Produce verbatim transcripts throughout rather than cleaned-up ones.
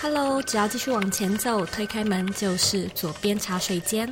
Hello， 只要继续往前走，推开门就是左边茶水间。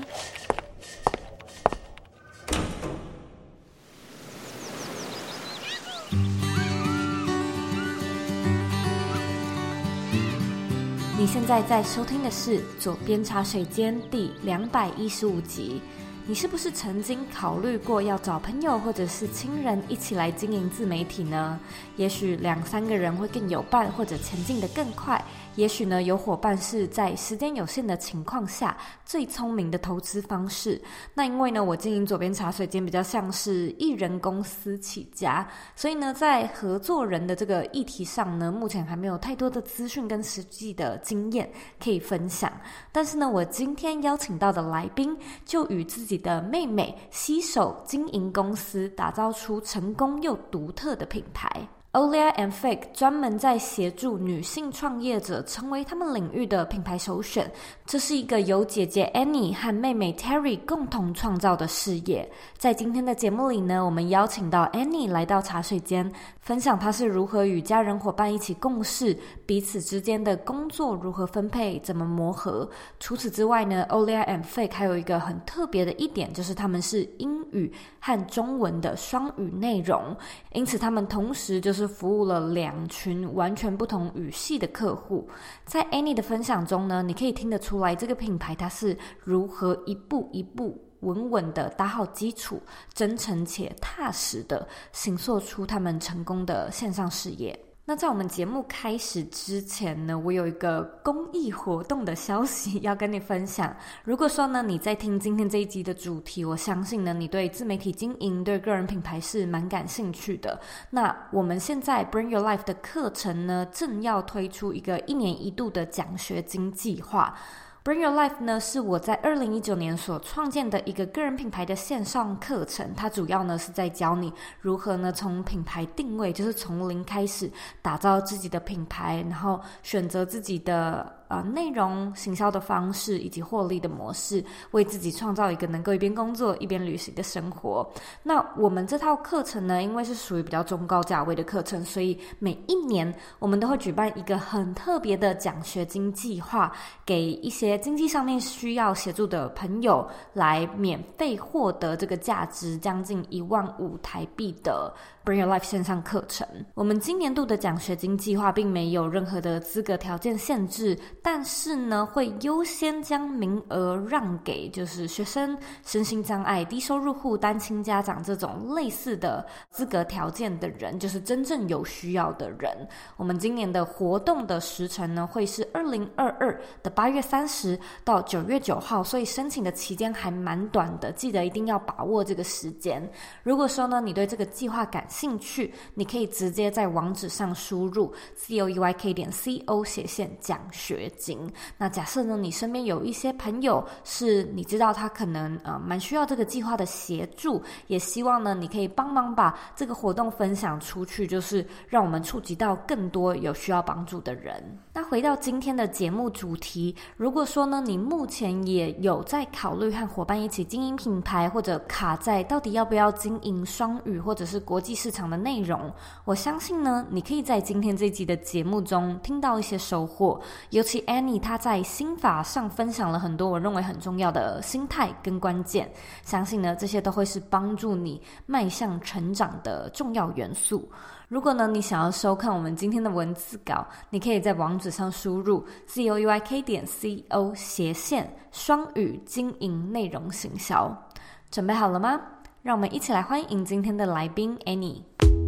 你现在在收听的是左边茶水间第两百一十五集。你是不是曾经考虑过要找朋友或者是亲人一起来经营自媒体呢？也许两三个人会更有伴，或者前进得更快。也许呢，有伙伴是在时间有限的情况下最聪明的投资方式。那因为呢，我经营左边茶水间比较像是一人公司起家，所以呢，在合作人的这个议题上呢，目前还没有太多的资讯跟实际的经验可以分享。但是呢，我今天邀请到的来宾就与自己的妹妹携手经营公司，打造出成功又独特的品牌。Olia and Fig 专门在协助女性创业者成为他们领域的品牌首选，这是一个由姐姐 Annie 和妹妹 Terry 共同创造的事业。在今天的节目里呢，我们邀请到 Annie 来到茶水间，分享她是如何与家人伙伴一起共事，彼此之间的工作如何分配，怎么磨合。除此之外呢， Olia and Fig 还有一个很特别的一点，就是他们是英语和中文的双语内容，因此他们同时就是服务了两群完全不同语系的客户。在 Annie 的分享中呢，你可以听得出来这个品牌它是如何一步一步稳稳的打好基础，真诚且踏实的形塑出他们成功的线上事业。那在我们节目开始之前呢，我有一个公益活动的消息要跟你分享。如果说呢你在听今天这一集的主题，我相信呢你对自媒体经营、对个人品牌是蛮感兴趣的。那我们现在 Bring Your Life 的课程呢，正要推出一个一年一度的奖学金计划。Bring Your Life 呢，是我在二零一九年所创建的一个个人品牌的线上课程。它主要呢是在教你如何呢从品牌定位，就是从零开始打造自己的品牌，然后选择自己的呃内容行销的方式以及获利的模式，为自己创造一个能够一边工作一边旅行的生活。那我们这套课程呢，因为是属于比较中高价位的课程，所以每一年我们都会举办一个很特别的奖学金计划，给一些经济上面需要协助的朋友来免费获得这个价值将近一万五台币的 Bring Your Life 线上课程。我们今年度的奖学金计划并没有任何的资格条件限制，但是呢会优先将名额让给就是学生、身心障碍、低收入户、单亲家长这种类似的资格条件的人，就是真正有需要的人。我们今年的活动的时程呢会是二零二二的八月三十到九月九号，所以申请的期间还蛮短的，记得一定要把握这个时间。如果说呢你对这个计划感兴趣，你可以直接在网址上输入 zoeyk 点 co 斜线奖学金。那假设呢你身边有一些朋友是你知道他可能呃蛮需要这个计划的协助，也希望呢你可以帮忙把这个活动分享出去，就是让我们触及到更多有需要帮助的人。那回到今天的节目主题，如果说呢你目前也有在考虑和伙伴一起经营品牌，或者卡在到底要不要经营双语或者是国际市场的内容，我相信呢你可以在今天这集的节目中听到一些收获。尤其 Annie 她在心法上分享了很多我认为很重要的心态跟关键，相信呢这些都会是帮助你迈向成长的重要元素。如果呢你想要收看我们今天的文字稿，你可以在网址上输入 zoeyk 点 co 斜线双语经营内容行销。准备好了吗？让我们一起来欢迎今天的来宾 Annie。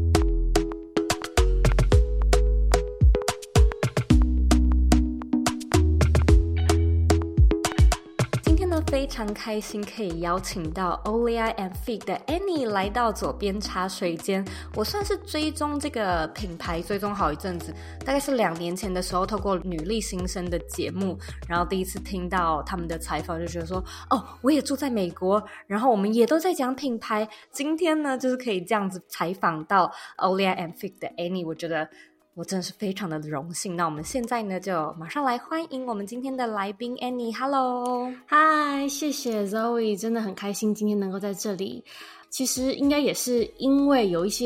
非常开心可以邀请到 Olia and Fig 的 Annie 来到左边茶水间。我算是追踪这个品牌追踪好一阵子，大概是两年前的时候透过女力新生的节目，然后第一次听到他们的采访，就觉得说哦，我也住在美国，然后我们也都在讲品牌，今天呢就是可以这样子采访到 Olia and Fig 的 Annie， 我觉得我真的是非常的荣幸。那我们现在呢就马上来欢迎我们今天的来宾 Annie。 Hello。 嗨，谢谢 Zoe， 真的很开心今天能够在这里。其实应该也是因为有一些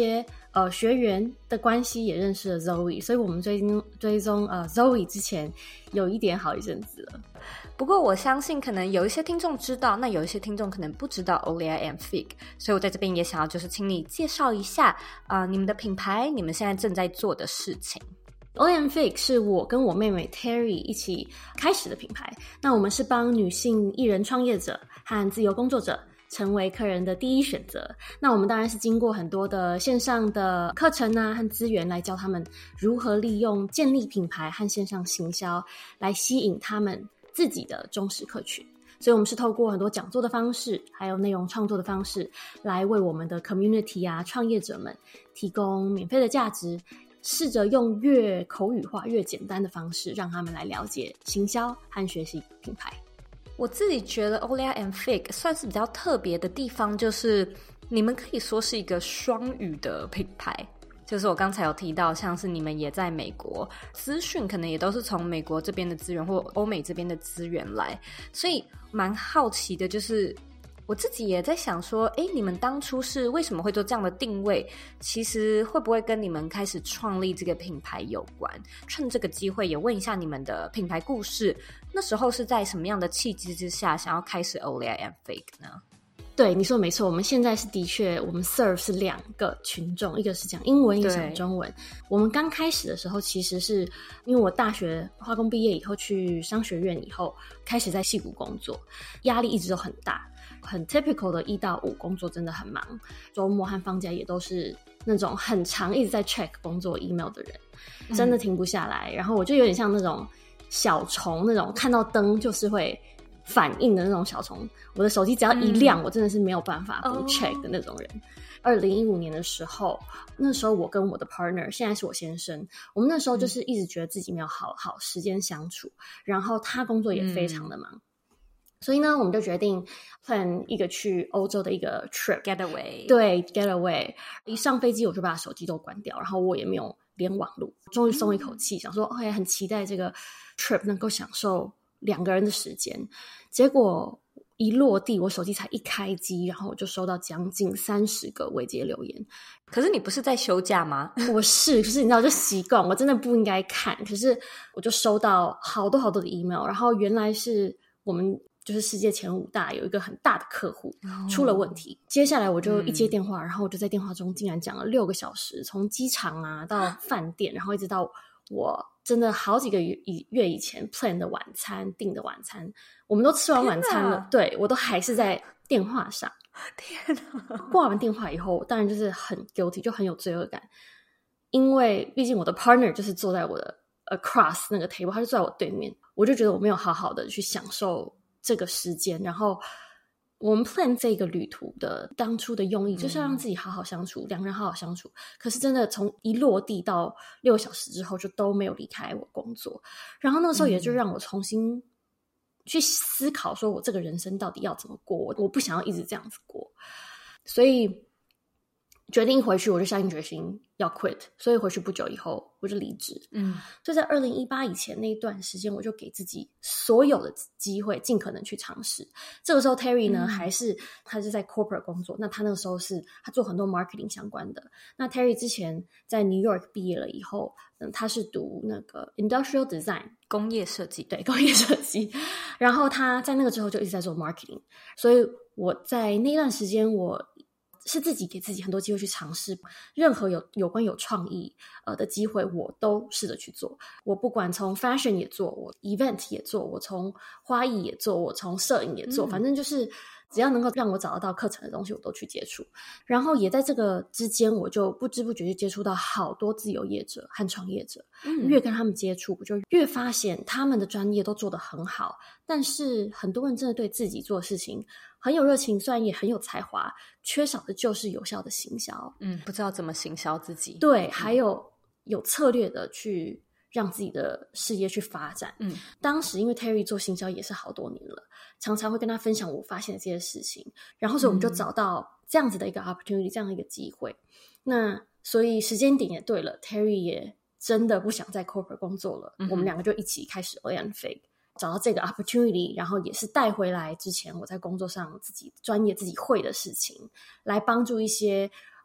呃学员的关系也认识了 Zoe， 所以我们追踪追踪呃 Zoe 之前有一点好一阵子了。 不过我相信可能有一些听众知道，那有一些听众可能不知道 Olaya and Fig， 所以我在这边也想要就是请你介绍一下啊、呃、你们的品牌，你们现在正在做的事情。 Olaya and Fig 是我跟我妹妹 Terry 一起开始的品牌，那我们是帮女性艺人创业者和自由工作者成为客人的第一选择。那我们当然是经过很多的线上的课程啊和资源来教他们如何利用建立品牌和线上行销来吸引他们自己的忠实客群。所以我们是透过很多讲座的方式还有内容创作的方式来为我们的 community 啊创业者们提供免费的价值，试着用越口语化越简单的方式让他们来了解行销和学习品牌。 我自己觉得 Olaya and Fig 算是比较特别的地方，就是你们可以说是一个双语的品牌，就是我刚才有提到像是你们也在美国，资讯可能也都是从美国这边的资源或欧美这边的资源来，所以蛮好奇的，就是我自己也在想说，诶，你们当初是为什么会做这样的定位？其实会不会跟你们开始创立这个品牌有关？趁这个机会也问一下你们的品牌故事，那时候是在什么样的契机之下想要开始 Olaya and Fig 呢？ 对，你说的没错，我们现在是的确我们 serve 是两个群众，一个是讲英文，一个是讲中文。我们刚开始的时候其实是因为我大学化工毕业以后去商学院以后开始在矽谷工作，压力一直都很大，很 typical 的一到五工作真的很忙，周末和放假也都是那种很长一直在 check 工作 email 的人，真的停不下来、嗯、然后我就有点像那种小虫，那种看到灯就是会反应的那种小虫，我的手机只要一亮、嗯、我真的是没有办法不 check 的那种人。二零一五年的时候，那时候我跟我的 partner 现在是我先生，我们那时候就是一直觉得自己没有好好时间相处、嗯、然后他工作也非常的忙、嗯，所以呢我们就决定 plan 一个去欧洲的一个 trip getaway。 对 getaway， 一上飞机我就把手机都关掉，然后我也没有连网路，终于松一口气、嗯、想说 OK 很期待这个 trip 能够享受两个人的时间。结果一落地我手机才一开机，然后我就收到将近三十个未接留言。 可是你不是在休假吗？ 我是，可是你知道就习惯，我真的不应该看，可是我就收到好多好多的 email， 然后原来是我们就是世界前五大有一个很大的客户出了问题、哦、接下来我就一接电话、嗯、然后我就在电话中竟然讲了六个小时，从机场啊到饭店，然后一直到我真的好几个月以前 plan 的晚餐订的晚餐，我们都吃完晚餐了，对，我都还是在电话上。 天哪！ 挂完电话以后当然就是很 guilty， 就很有罪恶感，因为毕竟我的 partner 就是坐在我的 across 那个 table， 他就坐在我对面，我就觉得我没有好好的去享受这个时间。然后我们 plan 这个旅途的当初的用意就是让自己好好相处、嗯、两个人好好相处，可是真的从一落地到六个小时之后就都没有离开我工作，然后那个时候也就让我重新去思考说我这个人生到底要怎么过，我不想要一直这样子过，所以决定回去我就下定决心要 quit， 所以回去不久以后我就离职。嗯，所以在二零一八以前那一段时间我就给自己所有的机会尽可能去尝试。这个时候 Terry 呢、嗯、还是他是在 corporate 工作，那他那个时候是他做很多 marketing 相关的。那 Terry 之前在 New York 毕业了以后、嗯、他是读那个 industrial design 工业设计， 对，工业设计，然后他在那个之后就一直在做 marketing， 所以我在那段时间我是自己给自己很多机会去尝试，任何有有关有创意呃的机会我都试着去做。我不管从 fashion 也做，我 event 也做，我从花艺也做，我从摄影也做、嗯、反正就是只要能够让我找得到课程的东西我都去接触。然后也在这个之间我就不知不觉就接触到好多自由业者和创业者、嗯、越跟他们接触我就越发现他们的专业都做得很好，但是很多人真的对自己做的事情很有热情，虽然也很有才华，缺少的就是有效的行销。 嗯，不知道怎么行销自己。 对，还有有策略的去让自己的事业去发展。嗯，当时因为 Terry 做行销也是好多年了，常常会跟他分享我发现的这些事情，然后所以我们就找到这样子的一个 opportunity、嗯、这样的一个机会。那所以时间点也对了， Terry 也真的不想在 corporate 工作了、嗯、我们两个就一起开始 Olaya and Fig，找到这个 opportunity， 然后也是带回来之前我在工作上自己专业自己会的事情，来帮助一些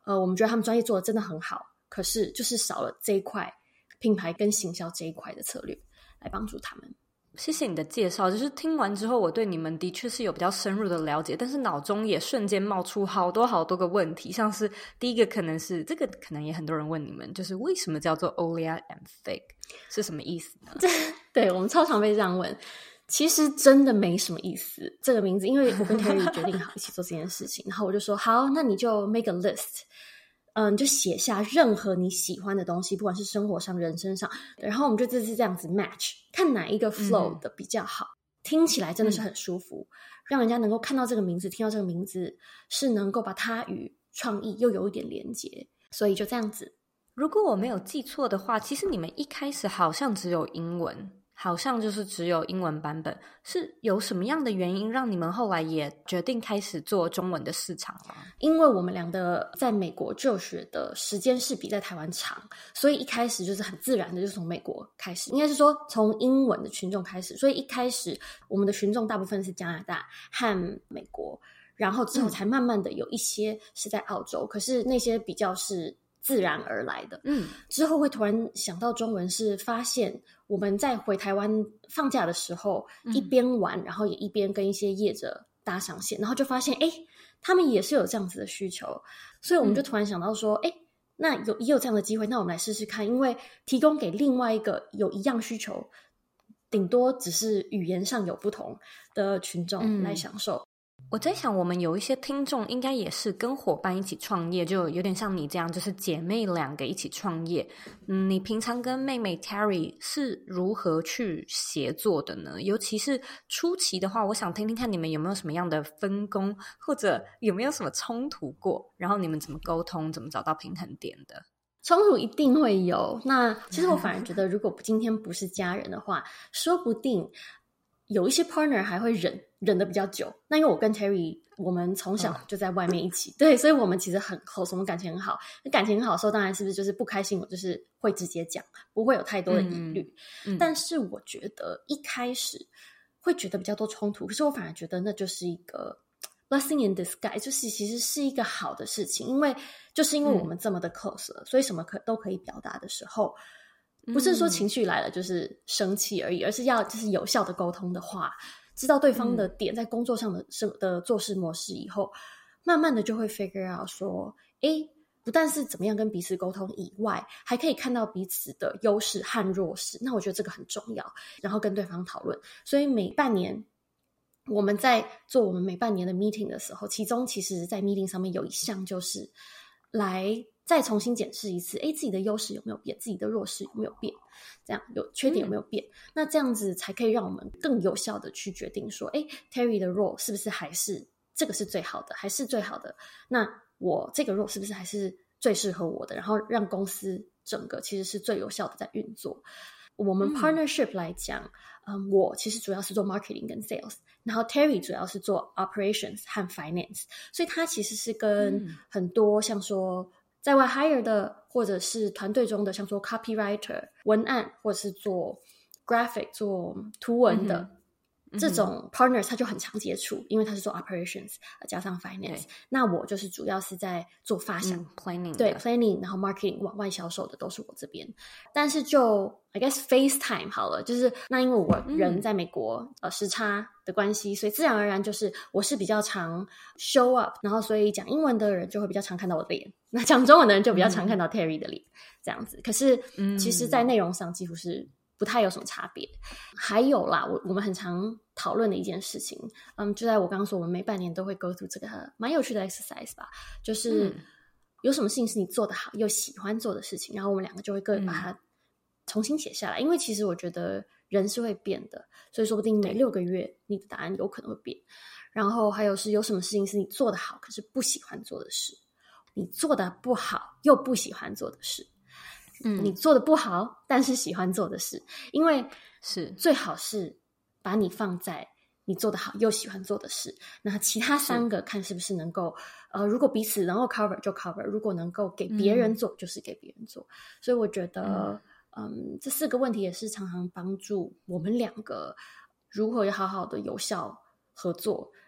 呃，我们觉得他们专业做的真的很好，可是就是少了这一块品牌跟行销这一块的策略来帮助他们。 谢谢你的介绍，就是听完之后我对你们的确是有比较深入的了解，但是脑中也瞬间冒出好多好多个问题，像是第一个可能是这个可能也很多人问你们，就是为什么叫做 Olia and Fig 是什么意思呢？ 对，我们超常被这样问，其实真的没什么意思这个名字，因为我跟 Terry 决定好一起做这件事情然后我就说好，那你就 make a list，嗯，就写下任何你喜欢的东西，不管是生活上人生上，然后我们就这次这样子 match 看哪一个 flow 的比较好、嗯、听起来真的是很舒服、嗯、让人家能够看到这个名字听到这个名字是能够把它与创意又有一点连结，所以就这样子。 如果我没有记错的话，其实你们一开始好像只有英文，好像就是只有英文版本，是有什么样的原因让你们后来也决定开始做中文的市场吗？ 因为我们俩的在美国就学的时间是比在台湾长，所以一开始就是很自然的就是从美国开始，应该是说从英文的群众开始，所以一开始我们的群众大部分是加拿大和美国，然后之后才慢慢的有一些是在澳洲、嗯、可是那些比较是自然而来的。嗯，之后会突然想到中文，是发现我们在回台湾放假的时候、嗯、一边玩然后也一边跟一些业者搭上线，然后就发现诶他们也是有这样子的需求，所以我们就突然想到说诶、嗯、那有也有这样的机会，那我们来试试看，因为提供给另外一个有一样需求顶多只是语言上有不同的群众来享受、嗯， 我在想我们有一些听众应该也是跟伙伴一起创业，就有点像你这样就是姐妹两个一起创业。嗯，你平常跟妹妹 Terry 是如何去协作的呢？尤其是初期的话，我想听听看你们有没有什么样的分工，或者有没有什么冲突过，然后你们怎么沟通，怎么找到平衡点的？ 冲突一定会有，那其实我反而觉得如果今天不是家人的话说不定有一些 partner 还会忍忍得比较久，那因为我跟 Terry 我们从小就在外面一起、哦、对，所以我们其实很 close， 我们感情很好，感情很好的时候当然是不是就是不开心我就是会直接讲，不会有太多的疑虑、嗯嗯、但是我觉得一开始会觉得比较多冲突，可是我反而觉得那就是一个 blessing in disguise， 就是其实是一个好的事情，因为就是因为我们这么的 close 了、嗯、所以什么可都可以表达的时候，不是说情绪来了就是生气而已、嗯、而是要就是有效的沟通的话，知道对方的点，在工作上的的做事模式以后，慢慢的就会 figure out 说诶不但是怎么样跟彼此沟通以外，还可以看到彼此的优势和弱势，那我觉得这个很重要，然后跟对方讨论。所以每半年我们在做我们每半年的 meeting 的时候，其中其实在 meeting 上面有一项就是来再重新检视一次，诶自己的优势有没有变，自己的弱势有没有变，这样有缺点有没有变、嗯、那这样子才可以让我们更有效的去决定说诶 Terry 的 role 是不是还是这个是最好的，还是最好的，那我这个 role 是不是还是最适合我的，然后让公司整个其实是最有效的在运作。我们 partnership 来讲、嗯嗯、我其实主要是做 marketing 跟 sales， 然后 Terry 主要是做 operations 和 finance， 所以他其实是跟很多像说在外 hire 的或者是团队中的像说 copywriter 文案或者是做 graphic 做图文的、嗯、这种 partners 他就很常接触，因为他是做 operations 加上 finance， 那我就是主要是在做发想、嗯、 planning 对 planning 然后 marketing 往外销售的都是我这边。但是就 I guess FaceTime 好了，就是那因为我人在美国、嗯、呃时差的关系，所以自然而然就是我是比较常 show up， 然后所以讲英文的人就会比较常看到我的脸，那讲中文的人就比较常看到 Terry 的脸、嗯、这样子。可是其实在内容上几乎是不太有什么差别。还有啦，我我们很常讨论的一件事情，嗯，就在我刚刚说我们每半年都会 go through 这个蛮有趣的 exercise 吧，就是有什么事情是你做得好又喜欢做的事情，然后我们两个就会各把它重新写下来、嗯、因为其实我觉得人是会变的，所以说不定每六个月你的答案有可能会变。然后还有是有什么事情是你做得好可是不喜欢做的事，你做得不好又不喜欢做的事，嗯，你做得不好但是喜欢做的事，因为是最好是把你放在你做得好又喜欢做的事，那其他三个看是不是能够呃，如果彼此能够 cover 就 cover， 如果能够给别人做、嗯、就是给别人做。所以我觉得嗯嗯，这四个问题也是常常帮助我们两个如何好好的有效合作，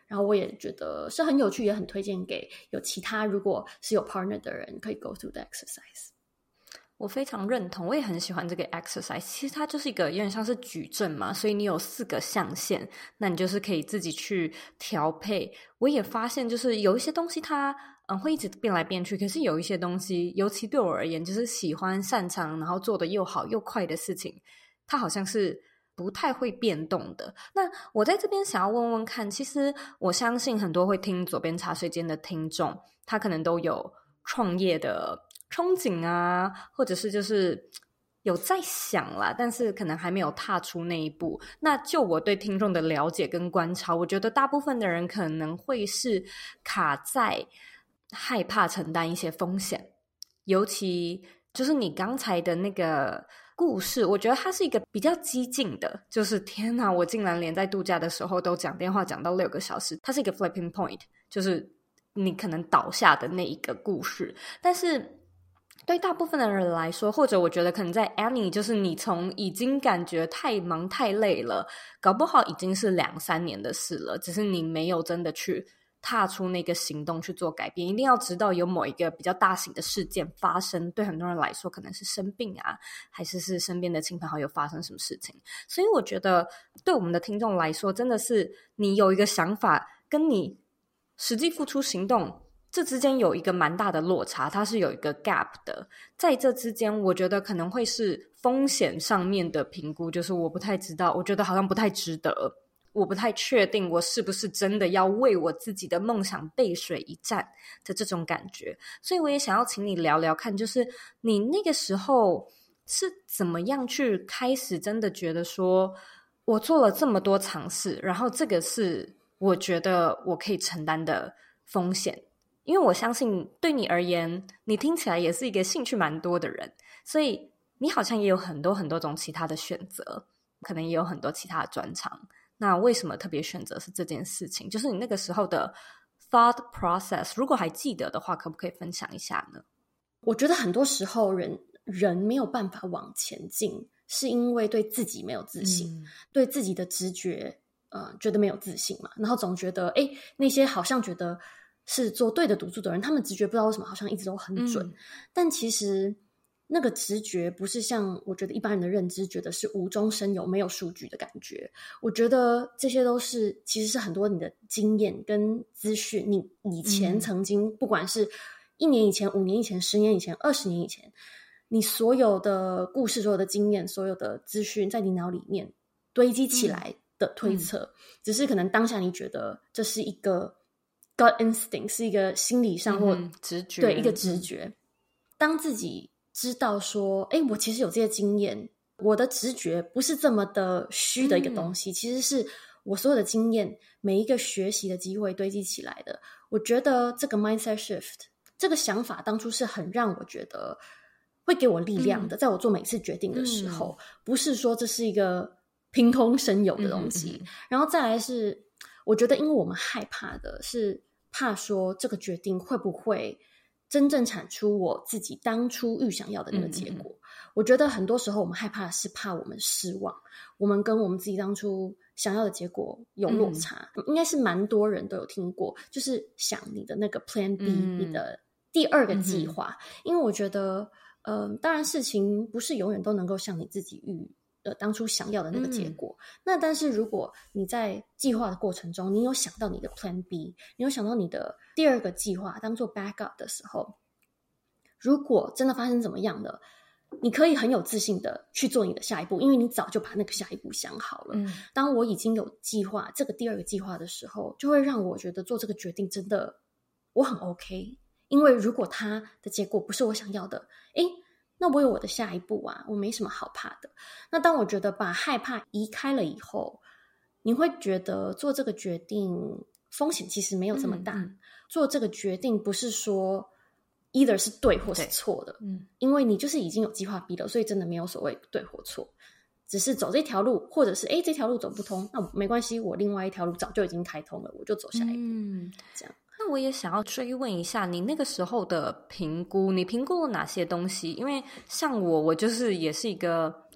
然后我也觉得是很有趣，也很推荐给有其他如果是有 partner 的人可以 go through the exercise。 我非常认同，我也很喜欢这个 exercise。其实它就是一个有点像是矩阵嘛，所以你有四个象限，那你就是可以自己去调配。我也发现就是有一些东西它嗯会一直变来变去，可是有一些东西尤其对我而言就是喜欢擅长然后做得又好又快的事情，它好像是不太会变动的。那我在这边想要问问看，其实我相信很多会听左边茶水间的听众，他可能都有创业的憧憬啊，或者是就是有在想啦，但是可能还没有踏出那一步。那就我对听众的了解跟观察，我觉得大部分的人可能会是卡在害怕承担一些风险，尤其就是你刚才的那个故事，我觉得它是一个比较激进的，就是天哪，我竟然连在度假的时候都讲电话讲到六个小时，它是一个 flipping point， 就是你可能倒下的那一个故事。但是对大部分的人来说，或者我觉得可能在 Annie， 就是你从已经感觉太忙太累了，搞不好已经是两三年的事了，只是你没有真的去踏出那个行动去做改变。一定要直到有某一个比较大型的事件发生，对很多人来说可能是生病啊，还是是身边的亲朋好友发生什么事情。所以我觉得对我们的听众来说，真的是你有一个想法跟你实际付出行动这之间有一个蛮大的落差，它是有一个 gap 的。在这之间我觉得可能会是风险上面的评估，就是我不太知道，我觉得好像不太值得，我不太确定我是不是真的要为我自己的梦想背水一战的这种感觉。所以我也想要请你聊聊看，就是你那个时候是怎么样去开始真的觉得说我做了这么多尝试，然后这个是我觉得我可以承担的风险。因为我相信对你而言，你听起来也是一个兴趣蛮多的人，所以你好像也有很多很多种其他的选择，可能也有很多其他的专长。那为什么特别选择是这件事情？就是你那个时候的 thought process， 如果还记得的话，可不可以分享一下呢？ 我觉得很多时候人人没有办法往前进，是因为对自己没有自信，嗯、对自己的直觉呃觉得没有自信嘛，然后总觉得哎，那些好像觉得是做对的赌注的人，他们直觉不知道为什么好像一直都很准、嗯、但其实那个直觉不是像我觉得一般人的认知觉得是无中生有没有数据的感觉。我觉得这些都是其实是很多你的经验跟资讯，你以前曾经、嗯、不管是一年以前、五年以前、十年以前、二十年以前，你所有的故事、所有的经验、所有的资讯在你脑里面堆积起来的推测、嗯、只是可能当下你觉得这是一个gut instinct， 是一个心理上或、 嗯、直觉， 对，一个直觉、嗯、当自己知道说诶我其实有这些经验，我的直觉不是这么的虚的一个东西、嗯、其实是我所有的经验每一个学习的机会堆积起来的。我觉得这个 mindset shift， 这个想法当初是很让我觉得会给我力量的、嗯、在我做每次决定的时候、嗯、不是说这是一个凭空生有的东西、嗯嗯、然后再来是我觉得因为我们害怕的是怕说这个决定会不会真正产出我自己当初预想要的那个结果、嗯嗯、我觉得很多时候我们害怕的是怕我们失望，我们跟我们自己当初想要的结果有落差、嗯、应该是蛮多人都有听过，就是想你的那个 Plan B、嗯、你的第二个计划、嗯、因为我觉得呃，当然事情不是永远都能够像你自己预呃，当初想要的那个结果、嗯、那但是如果你在计划的过程中你有想到你的 Plan B， 你有想到你的第二个计划当做 backup 的时候，如果真的发生怎么样的，你可以很有自信的去做你的下一步，因为你早就把那个下一步想好了、嗯、当我已经有计划这个第二个计划的时候，就会让我觉得做这个决定真的我很 OK， 因为如果它的结果不是我想要的，诶那我有我的下一步啊，我没什么好怕的。那当我觉得把害怕移开了以后，你会觉得做这个决定风险其实没有这么大、嗯嗯、做这个决定不是说 either 是对或是错的、嗯、因为你就是已经有计划 B 了，所以真的没有所谓对或错，只是走这条路，或者是诶这条路走不通，那没关系，我另外一条路早就已经开通了，我就走下一步、嗯、这样。 那我也想要追问一下你那个时候的评估，你评估了哪些东西？因为像我我就是也是一个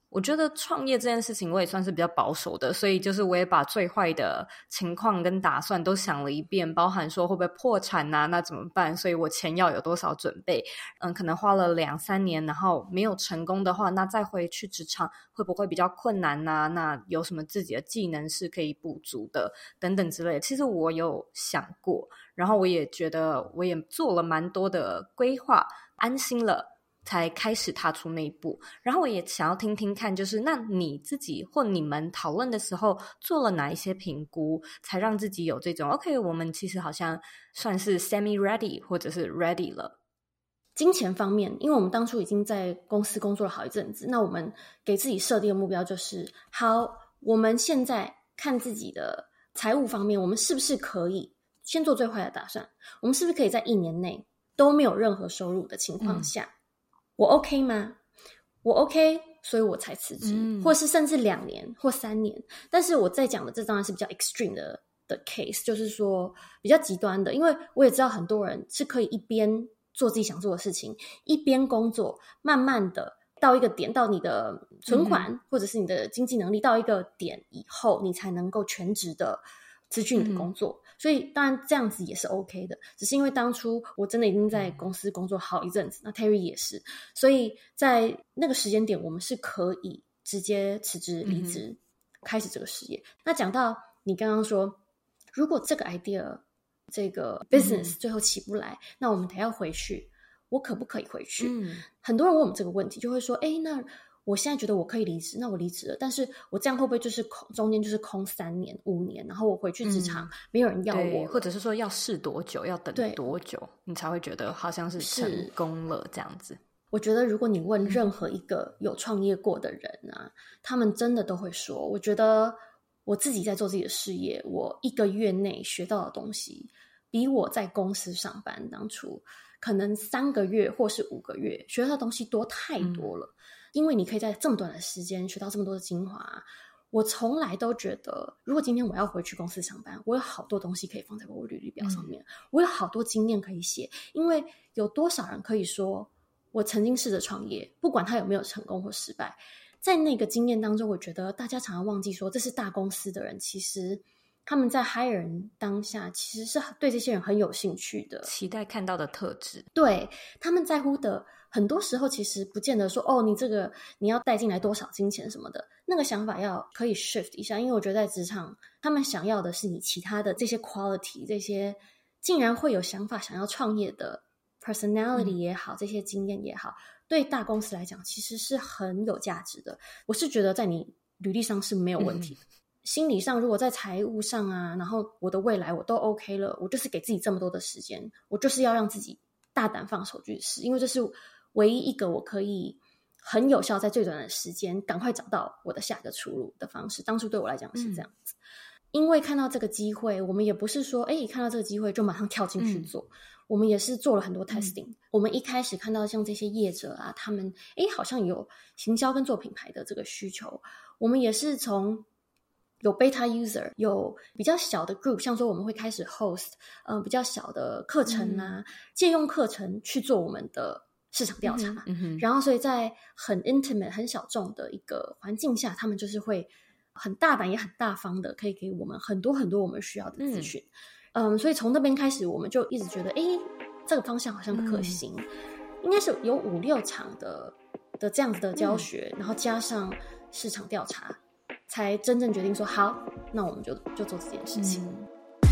我觉得创业这件事情我也算是比较保守的，所以就是我也把最坏的情况跟打算都想了一遍，包含说会不会破产啊，那怎么办，所以我钱要有多少准备，嗯，可能花了两三年然后没有成功的话，那再回去职场会不会比较困难啊，那有什么自己的技能是可以补足的等等之类的，其实我有想过，然后我也觉得我也做了蛮多的规划，安心了才开始踏出那一步。然后我也想要听听看，就是那你自己或你们讨论的时候做了哪一些评估，才让自己有这种 OK 我们其实好像算是 semi ready 或者是 ready 了。 金钱方面，因为我们当初已经在公司工作了好一阵子，那我们给自己设定的目标就是好，我们现在看自己的财务方面，我们是不是可以先做最坏的打算，我们是不是可以在一年内都没有任何收入的情况下、嗯我 OK 吗？我 OK， 所以我才辞职、嗯、或是甚至两年或三年。但是我在讲的这当然是比较 extreme 的的 case， 就是说比较极端的，因为我也知道很多人是可以一边做自己想做的事情，一边工作，慢慢的到一个点，到你的存款、嗯、或者是你的经济能力到一个点以后，你才能够全职的持续你的工作、嗯、所以当然这样子也是 OK 的，只是因为当初我真的已经在公司工作好一阵子，那 Terry 也是，所以在那个时间点我们是可以直接辞职离职、嗯、开始这个事业。那讲到你刚刚说如果这个 idea 这个 business 最后起不来、嗯、那我们得要回去，我可不可以回去、嗯、很多人问我们这个问题，就会说诶，那我现在觉得我可以离职，那我离职了，但是我这样会不会就是空中间就是空三年五年，然后我回去职场、嗯、没有人要我， 或者是说要试多久，要等多久你才会觉得好像是成功了这样子。 我觉得如果你问任何一个有创业过的人啊、嗯、他们真的都会说，我觉得我自己在做自己的事业，我一个月内学到的东西比我在公司上班当初可能三个月或是五个月学到的东西多太多了、嗯，因为你可以在这么短的时间学到这么多的精华。我从来都觉得如果今天我要回去公司上班，我有好多东西可以放在我履历表上面、嗯、我有好多经验可以写，因为有多少人可以说我曾经试着创业，不管他有没有成功或失败，在那个经验当中，我觉得大家常常忘记说这是大公司的人，其实他们在 hire 人当下其实是对这些人很有兴趣的， 期待看到的特质， 对，他们在乎的很多时候其实不见得说哦，你这个你要带进来多少金钱什么的，那个想法要可以 shift 一下，因为我觉得在职场他们想要的是你其他的这些 quality， 这些竟然会有想法想要创业的 personality 也好、嗯、这些经验也好，对大公司来讲其实是很有价值的。我是觉得在你履历上是没有问题的、嗯，心理上如果在财务上啊，然后我的未来我都 OK 了，我就是给自己这么多的时间，我就是要让自己大胆放手去试，因为这是唯一一个我可以很有效在最短的时间赶快找到我的下一个出路的方式。当初对我来讲是这样子、嗯、因为看到这个机会，我们也不是说诶看到这个机会就马上跳进去做、嗯、我们也是做了很多 testing、嗯、我们一开始看到像这些业者啊，他们诶好像有行销跟做品牌的这个需求，我们也是从有 beta user， 有比较小的 group， 像说我们会开始 host 呃比较小的课程啊、嗯、借用课程去做我们的市场调查、嗯嗯、然后所以在很 intimate 很小众的一个环境下，他们就是会很大胆也很大方的可以给我们很多很多我们需要的资讯。 嗯, 嗯所以从那边开始我们就一直觉得诶这个方向好像可行、嗯、应该是有五六场的的这样子的教学、嗯、然后加上市场调查才真正决定说好，那我们就就做这件事情、嗯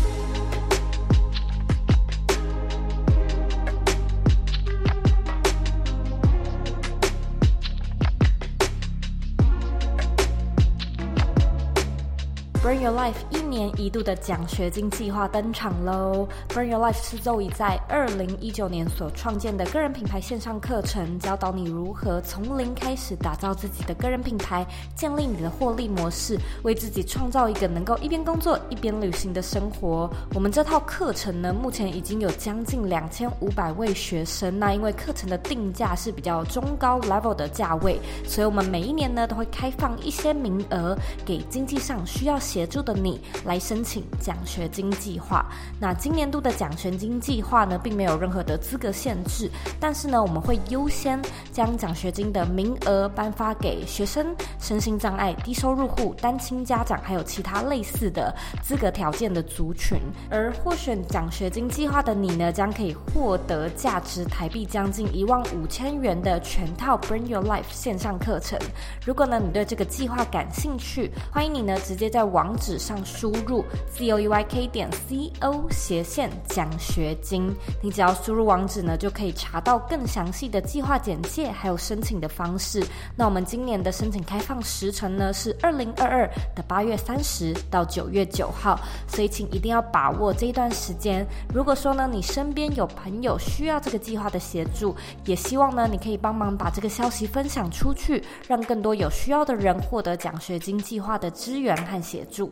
Burn Your Life 一年一度的奖学金计划登场咯。 Burn Your Life 是 Zoe 在二零一九年所创建的个人品牌线上课程，教导你如何从零开始打造自己的个人品牌，建立你的获利模式，为自己创造一个能够一边工作一边旅行的生活。我们这套课程呢，目前已经有将近两千五百位学生，那因为课程的定价是比较中高 level 的价位，所以我们每一年呢都会开放一些名额给经济上需要协助的你来申请奖学金计划。那今年度的奖学金计划呢，并没有任何的资格限制，但是呢，我们会优先将奖学金的名额颁发给学生、身心障碍、低收入户、单亲家长，还有其他类似的资格条件的族群。而获选奖学金计划的你呢，将可以获得价值台币将近一万五千元的全套 Bring Your Life 线上课程。如果呢你对这个计划感兴趣，欢迎你呢直接在网址上输入 zoyk 点 co 斜线奖学金，你只要输入网址呢，就可以查到更详细的计划简介，还有申请的方式。那我们今年的申请开放时程呢是二零二二的八月三十到九月九号，所以请一定要把握这一段时间。如果说呢你身边有朋友需要这个计划的协助，也希望呢你可以帮忙把这个消息分享出去，让更多有需要的人获得奖学金计划的支援和协助。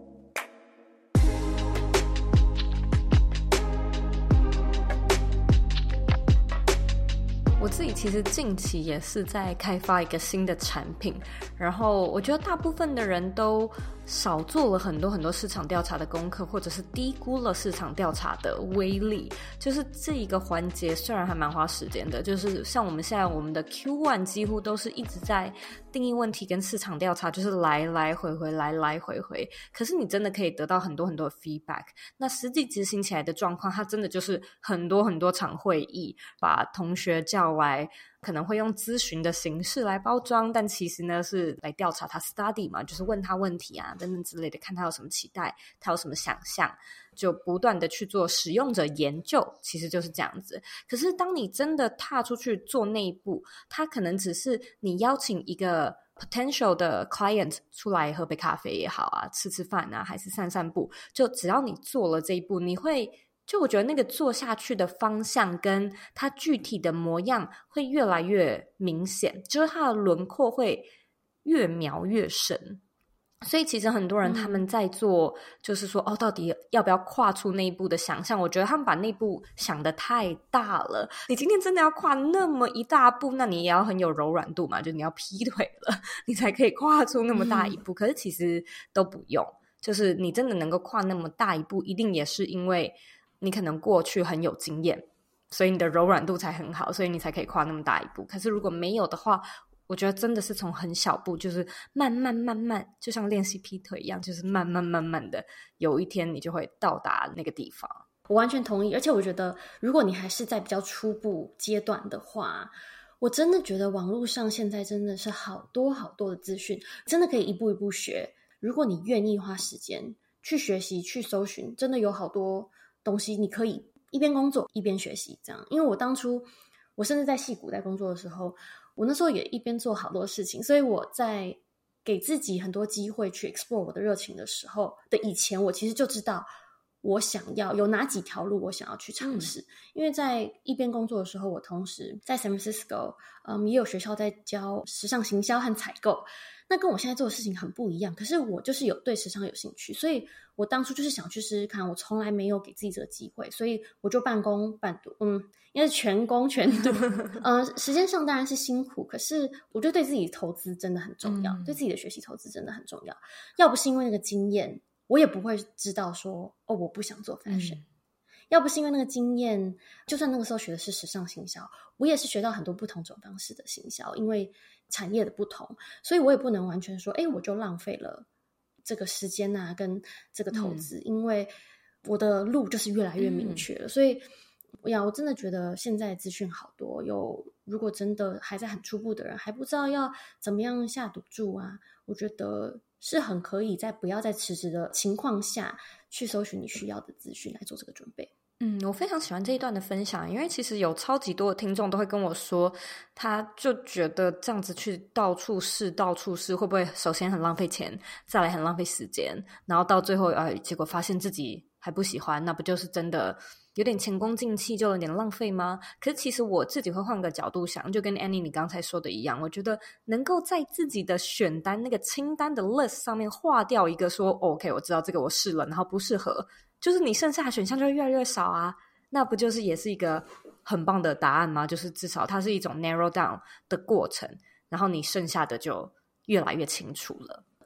我自己其实近期也是在开发一个新的产品，然后我觉得大部分的人都少做了很多很多市场调查的功课，或者是低估了市场调查的威力。就是这一个环节虽然还蛮花时间的，就是像我们现在我们的 Q 一 几乎都是一直在定义问题跟市场调查，就是来来回回来来回回，可是你真的可以得到很多很多的 feedback。 那实际执行起来的状况，它真的就是很多很多场会议，把同学叫来，可能会用咨询的形式来包装，但其实呢是来调查他 study 嘛，就是问他问题啊等等之类的，看他有什么期待，他有什么想象，就不断的去做使用者研究，其实就是这样子。可是当你真的踏出去做那一步，它可能只是你邀请一个 potential 的 client 出来喝杯咖啡也好啊，吃吃饭啊，还是散散步，就只要你做了这一步，你会就我觉得那个做下去的方向跟它具体的模样会越来越明显，就是它的轮廓会越描越深。所以其实很多人他们在做就是说、嗯、哦，到底要不要跨出那一步的想象，我觉得他们把那一步想得太大了。你今天真的要跨那么一大步，那你也要很有柔软度嘛，就你要劈腿了你才可以跨出那么大一步、嗯、可是其实都不用，就是你真的能够跨那么大一步，一定也是因为你可能过去很有经验，所以你的柔软度才很好，所以你才可以跨那么大一步。可是如果没有的话，我觉得真的是从很小步，就是慢慢慢慢，就像练习劈腿一样，就是慢慢慢慢的，有一天你就会到达那个地方。 我完全同意，而且我觉得如果你还是在比较初步阶段的话，我真的觉得网络上现在真的是好多好多的资讯，真的可以一步一步学。如果你愿意花时间去学习去搜寻，真的有好多东西你可以一边工作一边学习这样。因为我当初我甚至在矽谷在工作的时候，我那时候也一边做好多事情，所以我在给自己很多机会去 explore 我的热情的时候的以前，我其实就知道我想要有哪几条路我想要去尝试、嗯、因为在一边工作的时候，我同时在 San Francisco、嗯、也有学校在教时尚行销和采购，那跟我现在做的事情很不一样，可是我就是有对时尚有兴趣，所以我当初就是想去试试看，我从来没有给自己这个机会，所以我就半工半读，嗯，应该是全工全读呃，时间上当然是辛苦，可是我觉得对自己投资真的很重要、嗯、对自己的学习投资真的很重要。要不是因为那个经验，我也不会知道说哦，我不想做 fashion、嗯、要不是因为那个经验，就算那个时候学的是时尚行销，我也是学到很多不同种方式的行销，因为产业的不同，所以我也不能完全说诶我就浪费了这个时间啊跟这个投资、嗯、因为我的路就是越来越明确了、嗯、所以呀，我真的觉得现在资讯好多，有如果真的还在很初步的人还不知道要怎么样下赌注啊，我觉得是很可以在不要在迟迟的情况下去搜寻你需要的资讯来做这个准备。 嗯，我非常喜欢这一段的分享，因为其实有超级多的听众都会跟我说，他就觉得这样子去到处试到处试会不会首先很浪费钱，再来很浪费时间，然后到最后呃，结果发现自己还不喜欢，那不就是真的有点前功尽弃，就有点浪费吗？可是其实我自己会换个角度想，就跟 Annie 你刚才说的一样，我觉得能够在自己的选单那个清单的 list 上面划掉一个说、哦、OK 我知道这个我试了然后不适合，就是你剩下的选项就会越来越少啊，那不就是也是一个很棒的答案吗？就是至少它是一种 narrow down 的过程，然后你剩下的就越来越清楚了。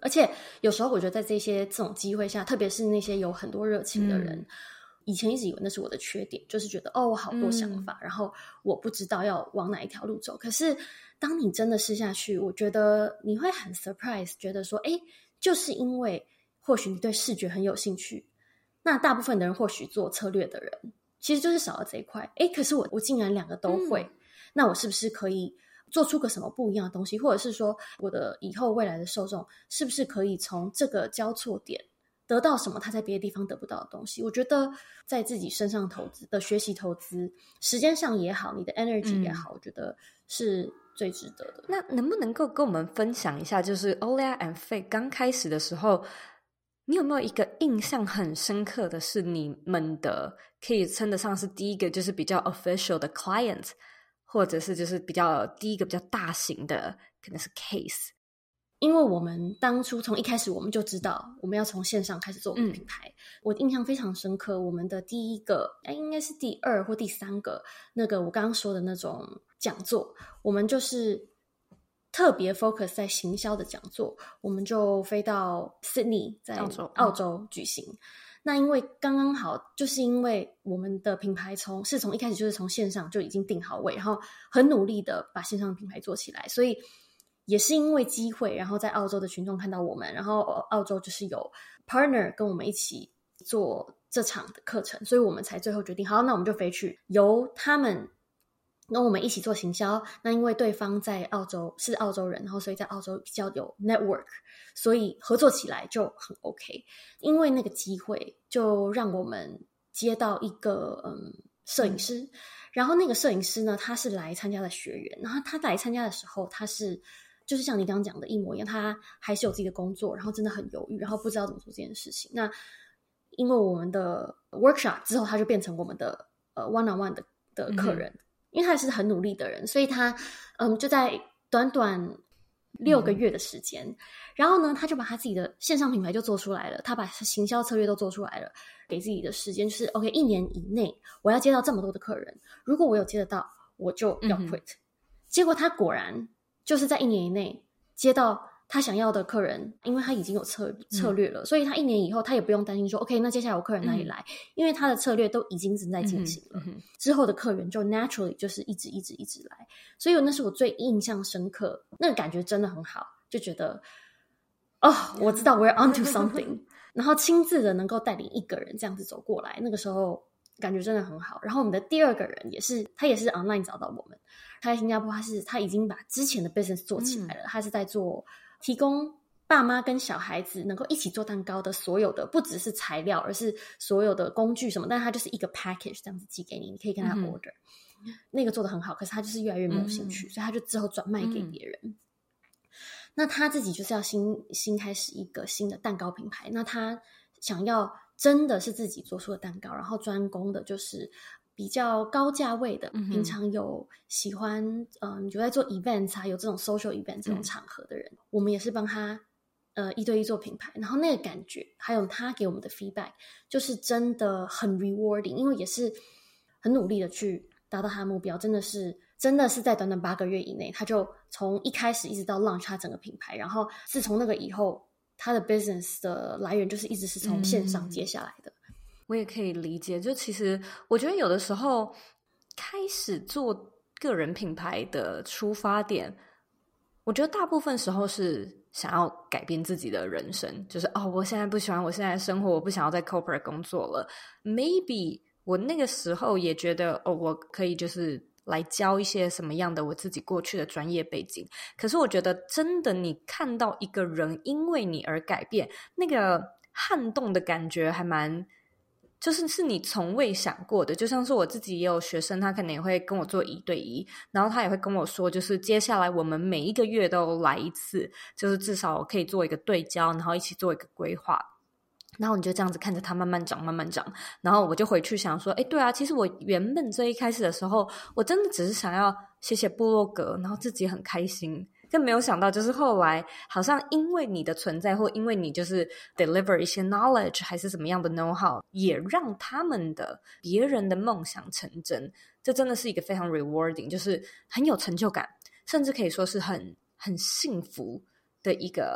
而且有时候我觉得在这些这种机会下，特别是那些有很多热情的人、嗯、以前一直以为那是我的缺点，就是觉得哦我好多想法、嗯、然后我不知道要往哪一条路走。可是当你真的试下去，我觉得你会很 surprise， 觉得说诶，就是因为或许你对视觉很有兴趣，那大部分的人或许做策略的人其实就是少了这一块。诶，可是我我竟然两个都会、嗯、那我是不是可以做出个什么不一样的东西，或者是说我的以后未来的受众是不是可以从这个交错点得到什么他在别的地方得不到的东西。我觉得在自己身上投资的学习投资，时间上也好，你的 energy 也好、嗯、我觉得是最值得的。 那能不能够跟我们分享一下，就是 Olia and Faye 刚开始的时候，你有没有一个印象很深刻的是你们的可以称得上是第一个就是比较 official 的 client，或者是就是比较第一个比较大型的可能是 case？ 因为我们当初从一开始我们就知道我们要从线上开始做我们的品牌、嗯、我印象非常深刻，我们的第一个应该是第二或第三个那个我刚刚说的那种讲座，我们就是特别 focus 在行销的讲座，我们就飞到 Sydney 在澳洲澳洲举行、嗯，那因为刚刚好就是因为我们的品牌从是从一开始就是从线上就已经定好位，然后很努力的把线上的品牌做起来，所以也是因为机会，然后在澳洲的群众看到我们，然后澳洲就是有 partner 跟我们一起做这场的课程，所以我们才最后决定好，那我们就飞去由他们跟我们一起做行销。那因为对方在澳洲是澳洲人，然后所以在澳洲比较有 network， 所以合作起来就很 OK。 因为那个机会就让我们接到一个嗯摄影师、嗯、然后那个摄影师呢他是来参加的学员，然后他来参加的时候他是就是像你刚刚讲的一模一样，他还是有自己的工作，然后真的很犹豫，然后不知道怎么做这件事情。那因为我们的 workshop 之后他就变成我们的呃 one on one 的的客人、嗯，因为他也是很努力的人，所以他嗯就在短短六个月的时间、嗯、然后呢他就把他自己的线上品牌就做出来了，他把行销策略都做出来了，给自己的时间就是 OK 一年以内我要接到这么多的客人，如果我有接得到我就要 quit、嗯、结果他果然就是在一年以内接到他想要的客人，因为他已经有策策略了、嗯、所以他一年以后他也不用担心说 OK 那接下来我客人哪里来、嗯、因为他的策略都已经正在进行了、嗯、之后的客源就 naturally 就是一直一直一直来，所以那是我最印象深刻，那个感觉真的很好，就觉得哦我知道 we're onto something 然后亲自的能够带领一个人这样子走过来，那个时候感觉真的很好。然后我们的第二个人也是他也是 online 找到我们，他在新加坡，他是他已经把之前的 business 做起来了、嗯、他是在做提供爸妈跟小孩子能够一起做蛋糕的所有的，不只是材料而是所有的工具什么，但他就是一个 package 这样子寄给你，你可以跟他 order、嗯、那个做得很好，可是他就是越来越没有兴趣、嗯、所以他就之后转卖给别人、嗯、那他自己就是要新新开始一个新的蛋糕品牌，那他想要真的是自己做出的蛋糕，然后专攻的就是比较高价位的、嗯、平常有喜欢嗯有在做 events 啊，有这种 social event 这种场合的人、嗯、我们也是帮他呃一对一做品牌，然后那个感觉还有他给我们的 feedback 就是真的很 rewarding， 因为也是很努力的去达到他的目标，真的是真的是在短短八个月以内，他就从一开始一直到 launch 他整个品牌，然后自从那个以后他的 business 的来源就是一直是从线上接下来的、嗯， 我也可以理解，就其实我觉得有的时候开始做个人品牌的出发点，我觉得大部分时候是想要改变自己的人生，就是哦，我现在不喜欢我现在的生活，我不想要在 corporate 工作了。Maybe 我那个时候也觉得哦，我可以就是来教一些什么样的我自己过去的专业背景。可是我觉得真的你看到一个人因为你而改变，那个撼动的感觉还蛮就是是你从未想过的。就像是我自己也有学生，他可能也会跟我做一对一，然后他也会跟我说就是接下来我们每一个月都来一次，就是至少可以做一个对焦，然后一起做一个规划，然后你就这样子看着它慢慢长慢慢长，然后我就回去想说诶对啊，其实我原本最一开始的时候我真的只是想要写写部落格，然后自己很开心，更没有想到就是后来好像因为你的存在，或因为你就是 deliver 一些 knowledge 还是什么样的 know how， 也让他们的别人的梦想成真。这真的是一个非常 rewarding， 就是很有成就感，甚至可以说是很很幸福的一个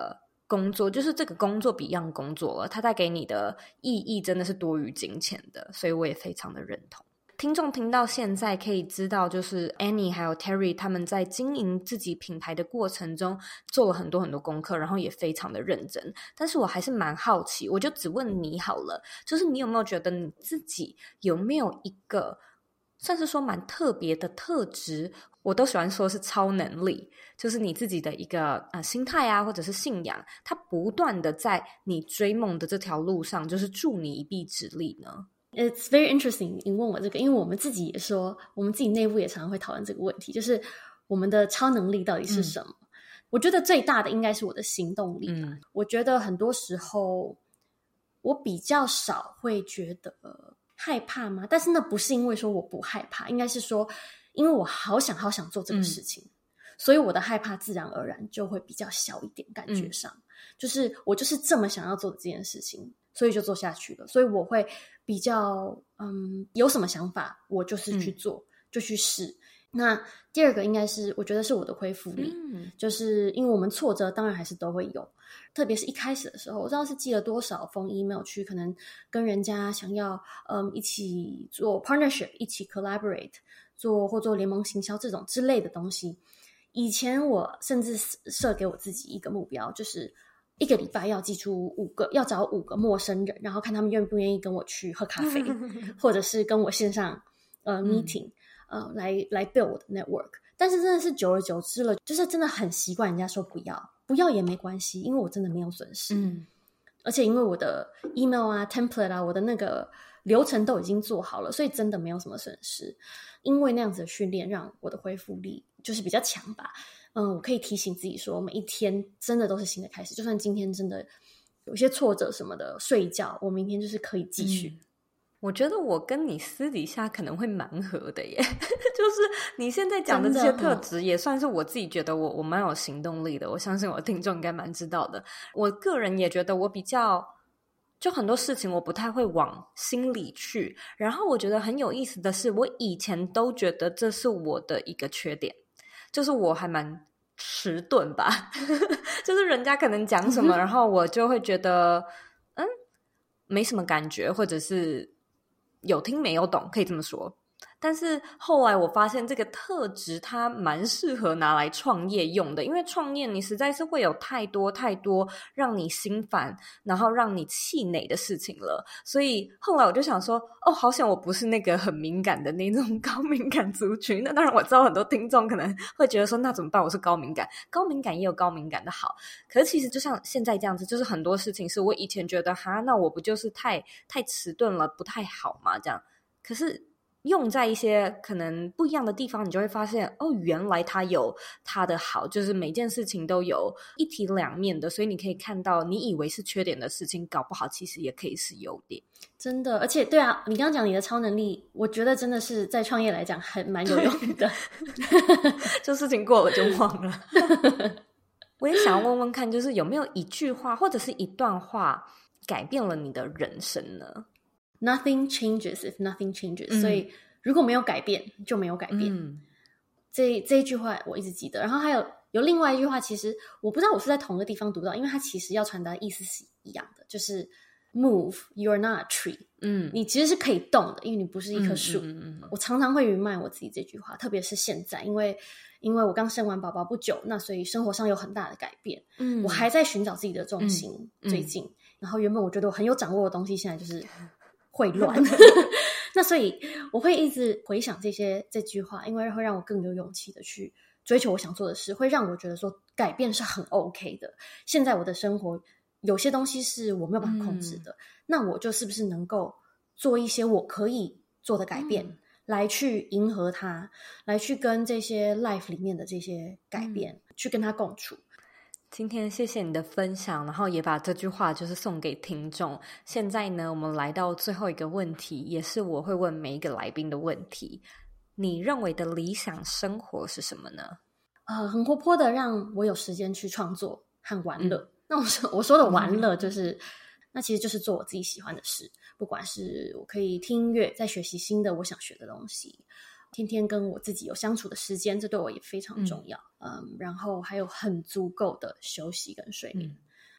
工作，就是这个工作比一样工作了，它带给你的意义真的是多于金钱的，所以我也非常的认同。听众听到现在可以知道，就是 Annie 还有 Terry 他们在经营自己品牌的过程中做了很多很多功课，然后也非常的认真。但是我还是蛮好奇，我就只问你好了，就是你有没有觉得你自己有没有一个算是说蛮特别的特质，我都喜欢说是超能力，就是你自己的一个呃心态啊，或者是信仰，它不断的在你追梦的这条路上就是助你一臂之力呢 ？It's very interesting 你问我这个，因为我们自己也说，我们自己内部也常常会讨论这个问题，就是我们的超能力到底是什么？嗯、我觉得最大的应该是我的行动力吧、嗯、我觉得很多时候我比较少会觉得害怕吗？但是那不是因为说我不害怕，应该是说因为我好想好想做这个事情、嗯、所以我的害怕自然而然就会比较小一点，感觉上、嗯、就是我就是这么想要做的这件事情，所以就做下去了。所以我会比较嗯，有什么想法我就是去做、嗯、就去试。那第二个应该是我觉得是我的恢复力、嗯、就是因为我们挫折当然还是都会有，特别是一开始的时候，我知道是寄了多少封 email 去可能跟人家想要嗯一起做 partnership 一起 collaborate 做或做联盟行销这种之类的东西。以前我甚至设给我自己一个目标，就是一个礼拜要寄出五个，要找五个陌生人，然后看他们愿不愿意跟我去喝咖啡或者是跟我线上呃 meeting、嗯、呃来来 build network。但是真的是久而久之了，就是真的很习惯人家说不要不要也没关系，因为我真的没有损失、嗯、而且因为我的 email 啊 template 啊我的那个流程都已经做好了，所以真的没有什么损失。因为那样子的训练让我的恢复力就是比较强吧。嗯，我可以提醒自己说每一天真的都是新的开始，就算今天真的有些挫折什么的，睡一觉我明天就是可以继续、嗯、 我觉得我跟你私底下可能会蛮合的耶就是你现在讲的这些特质也算是我自己觉得我我蛮有行动力的，我相信我的听众应该蛮知道的。我个人也觉得我比较就很多事情我不太会往心里去，然后我觉得很有意思的是，我以前都觉得这是我的一个缺点，就是我还蛮迟钝吧就是人家可能讲什么、嗯、然后我就会觉得嗯没什么感觉，或者是有听没有懂，可以这么说。但是后来我发现这个特质它蛮适合拿来创业用的，因为创业你实在是会有太多太多让你心烦然后让你气馁的事情了，所以后来我就想说哦，好险我不是那个很敏感的那种高敏感族群。那当然我知道很多听众可能会觉得说那怎么办，我是高敏感，高敏感也有高敏感的好，可是其实就像现在这样子，就是很多事情是我以前觉得哈那我不就是太太迟钝了不太好嘛这样，可是用在一些可能不一样的地方，你就会发现哦，原来它有它的好，就是每件事情都有一体两面的，所以你可以看到你以为是缺点的事情，搞不好其实也可以是优点。真的，而且对啊，你刚刚讲你的超能力，我觉得真的是在创业来讲还蛮有用的就事情过了就忘了我也想要问问看，就是有没有一句话或者是一段话改变了你的人生呢？Nothing changes if nothing changes、嗯、所以如果没有改变就没有改变、嗯、这, 这一句话我一直记得。然后还有有另外一句话，其实我不知道我是在同一个地方读到，因为它其实要传达的意思是一样的，就是 move you're not a tree、嗯、你其实是可以动的，因为你不是一棵树、嗯嗯嗯、我常常会 remind 我自己这句话，特别是现在，因为因为我刚生完宝宝不久，那所以生活上有很大的改变、嗯、我还在寻找自己的重心、嗯、最近、嗯、然后原本我觉得我很有掌握的东西，现在就是会乱那所以我会一直回想这些这句话，因为会让我更有勇气的去追求我想做的事，会让我觉得说改变是很 OK 的。现在我的生活有些东西是我没有办法控制的、嗯、那我就是不是能够做一些我可以做的改变、嗯、来去迎合它，来去跟这些 life 里面的这些改变、嗯、去跟它共处。今天谢谢你的分享，然后也把这句话就是送给听众。现在呢，我们来到最后一个问题，也是我会问每一个来宾的问题。你认为的理想生活是什么呢？呃，很活泼的，让我有时间去创作和玩乐、嗯、那我说我说的玩乐就是、嗯、那其实就是做我自己喜欢的事，不管是我可以听音乐，在学习新的我想学的东西，天天跟我自己有相处的时间，这对我也非常重要。 嗯, 嗯然后还有很足够的休息跟睡眠、嗯、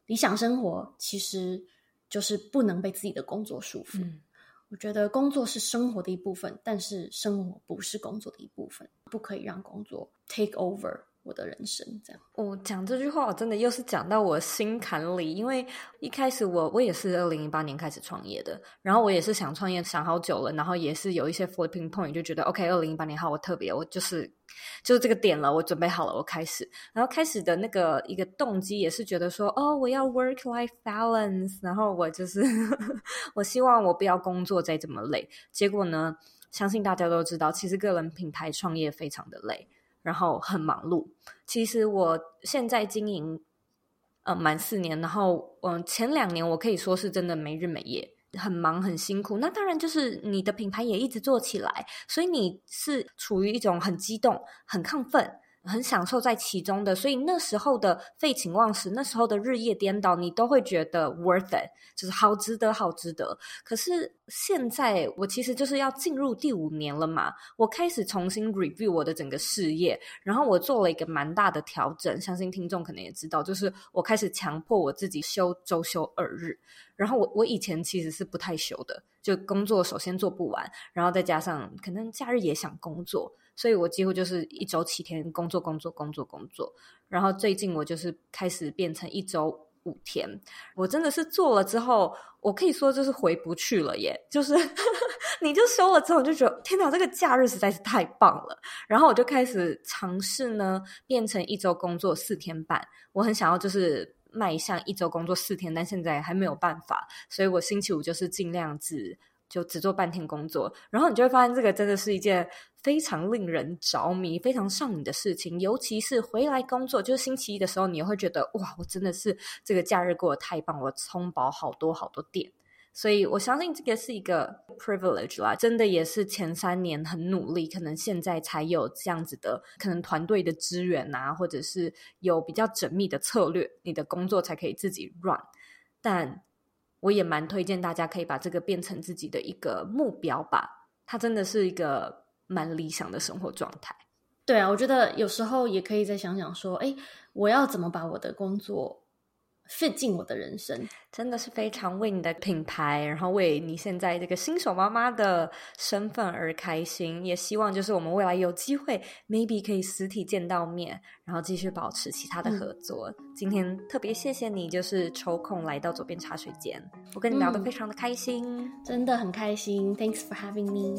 理想生活其实就是不能被自己的工作束缚。嗯，我觉得工作是生活的一部分，但是生活不是工作的一部分，不可以让工作 take over我的人生。这样， 我、哦、讲这句话我真的又是讲到我心坎里，因为一开始我我也是二零一八年开始创业的，然后我也是想创业想好久了，然后也是有一些 flipping point， 就觉得 OK 二零一八年好，我特别我就是就是这个点了，我准备好了，我开始，然后开始的那个一个动机也是觉得说，哦，我要 work life balance， 然后我就是我希望我不要工作再这么累。结果呢，相信大家都知道，其实个人品牌创业非常的累，然后很忙碌。其实我现在经营呃满四年，然后嗯、呃、前两年我可以说是真的没日没夜，很忙很辛苦。那当然就是你的品牌也一直做起来，所以你是处于一种很激动很亢奋很享受在其中的，所以那时候的废寝忘食，那时候的日夜颠倒，你都会觉得 worth it， 就是好值得好值得。可是现在我其实就是要进入第五年了嘛，我开始重新 review 我的整个事业，然后我做了一个蛮大的调整，相信听众可能也知道，就是我开始强迫我自己休周休二日。然后我我以前其实是不太休的，就工作首先做不完，然后再加上可能假日也想工作，所以我几乎就是一周七天工作工作工作工作。然后最近我就是开始变成一周五天，我真的是做了之后，我可以说就是回不去了耶，就是你就休了之后你就觉得天哪，这个假日实在是太棒了。然后我就开始尝试呢变成一周工作四天半，我很想要就是迈向一周工作四天，但现在还没有办法，所以我星期五就是尽量只就只做半天工作。然后你就会发现这个真的是一件非常令人着迷非常上瘾的事情，尤其是回来工作就是星期一的时候，你会觉得哇，我真的是这个假日过得太棒，我充饱好多好多电。所以我相信这个是一个 privilege 啦，真的也是前三年很努力，可能现在才有这样子的可能团队的资源啊，或者是有比较缜密的策略，你的工作才可以自己 run。 但我也蛮推荐大家可以把这个变成自己的一个目标吧，它真的是一个蛮理想的生活状态。 对啊，我觉得有时候也可以再想想说，诶，我要怎么把我的工作fit进我的人生。 真的是非常为你的品牌，然后为你现在这个新手妈妈的身份而开心，也希望就是我们未来有机会 maybe 可以实体见到面，然后继续保持其他的合作、嗯、今天特别谢谢你就是抽空来到左边茶水间，我跟你聊得非常的开心、嗯、 真的很开心， Thanks for having me。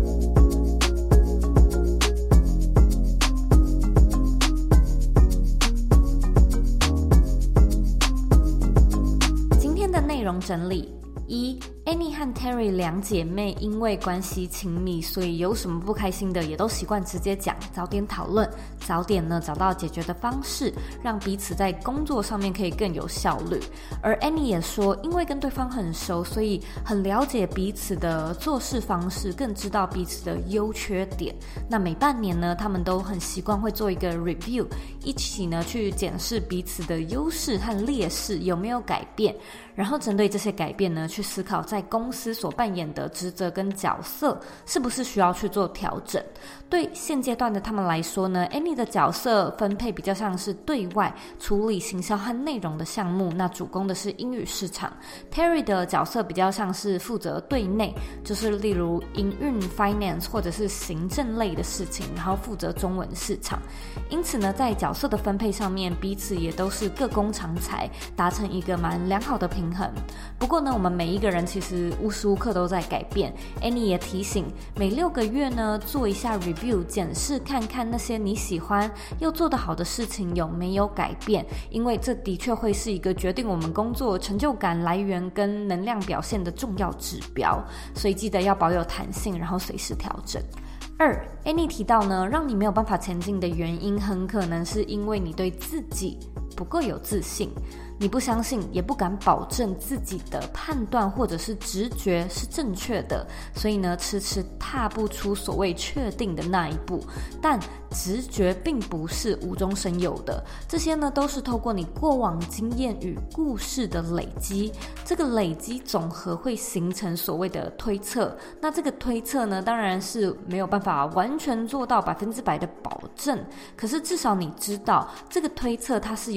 内容整理一， Annie 和 Terry 两姐妹因为关系亲密，所以有什么不开心的也都习惯直接讲，早点讨论，早点呢找到解决的方式，让彼此在工作上面可以更有效率。而 Annie 也说，因为跟对方很熟，所以很了解彼此的做事方式，更知道彼此的优缺点。那每半年呢，他们都很习惯会做一个 review， 一起呢去检视彼此的优势和劣势有没有改变，然后针对这些改变呢，去思考在公司所扮演的职责跟角色是不是需要去做调整。对现阶段的他们来说呢， Annie 的角色分配比较像是对外处理行销和内容的项目，那主攻的是英语市场。 Terry 的角色比较像是负责对内，就是例如营运 finance 或者是行政类的事情，然后负责中文市场。因此呢，在角色的分配上面，彼此也都是各攻长才，达成一个蛮良好的平衡。不过呢，我们每一个人其实无时无刻都在改变。 Annie 也提醒，每六个月呢做一下 review， 检视看看那些你喜欢又做得好的事情有没有改变，因为这的确会是一个决定我们工作成就感来源跟能量表现的重要指标，所以记得要保有弹性，然后随时调整。二 Annie 提到呢，让你没有办法前进的原因，很可能是因为你对自己不够有自信，你不相信也不敢保证自己的判断或者是直觉是正确的，所以呢迟迟踏不出所谓确定的那一步。但直觉并不是无中生有的，这些呢都是透过你过往经验与故事的累积，这个累积总和会形成所谓的推测。那这个推测呢，当然是没有办法完全做到百分之百的保证，可是至少你知道这个推测它是有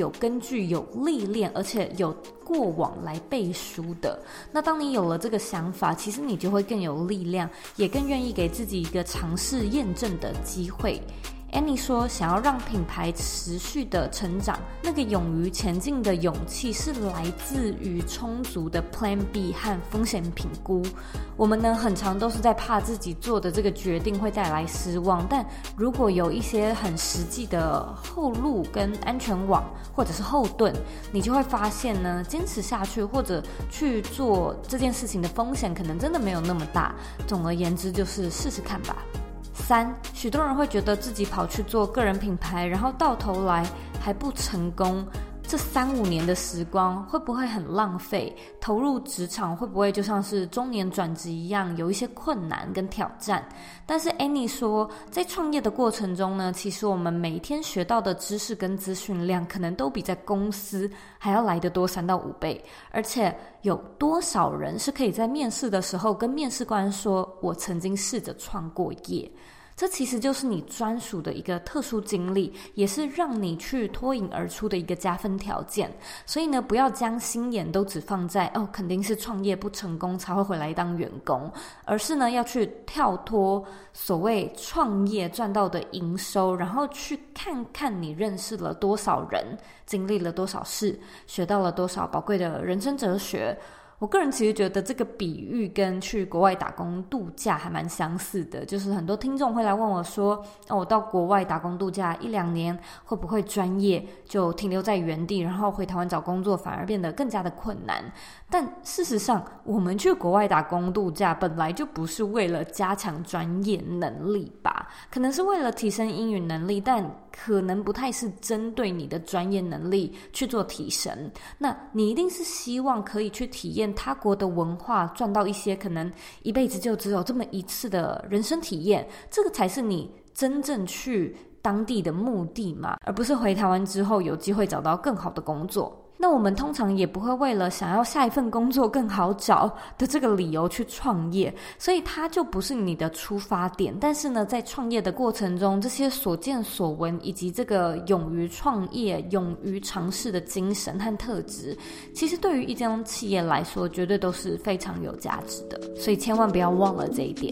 有根据、有历练，而且有过往来背书的。那当你有了这个想法，其实你就会更有力量，也更愿意给自己一个尝试验证的机会。Annie 说，想要让品牌持续的成长，那个勇于前进的勇气是来自于充足的 Plan B 和风险评估。我们呢，很常都是在怕自己做的这个决定会带来失望，但如果有一些很实际的后路跟安全网或者是后盾，你就会发现呢，坚持下去或者去做这件事情的风险可能真的没有那么大。总而言之，就是试试看吧。三，许多人会觉得自己跑去做个人品牌，然后到头来还不成功，这三五年的时光会不会很浪费？投入职场会不会就像是中年转职一样，有一些困难跟挑战？但是 Annie 说，在创业的过程中呢，其实我们每天学到的知识跟资讯量，可能都比在公司还要来得多三到五倍。而且有多少人是可以在面试的时候跟面试官说，我曾经试着创过业？这其实就是你专属的一个特殊经历，也是让你去脱颖而出的一个加分条件。所以呢，不要将心眼都只放在哦，肯定是创业不成功才会回来当员工，而是呢要去跳脱所谓创业赚到的营收，然后去看看你认识了多少人，经历了多少事，学到了多少宝贵的人生哲学。我个人其实觉得这个比喻跟去国外打工度假还蛮相似的，就是很多听众会来问我说，哦，我到国外打工度假一两年，会不会专业就停留在原地，然后回台湾找工作反而变得更加的困难？但事实上，我们去国外打工度假本来就不是为了加强专业能力吧，可能是为了提升英语能力，但可能不太是针对你的专业能力去做提升。那你一定是希望可以去体验他国的文化，赚到一些可能一辈子就只有这么一次的人生体验，这个才是你真正去当地的目的嘛，而不是回台湾之后有机会找到更好的工作。那我们通常也不会为了想要下一份工作更好找的这个理由去创业，所以它就不是你的出发点。但是呢，在创业的过程中，这些所见所闻以及这个勇于创业、勇于尝试的精神和特质，其实对于一间企业来说，绝对都是非常有价值的。所以千万不要忘了这一点。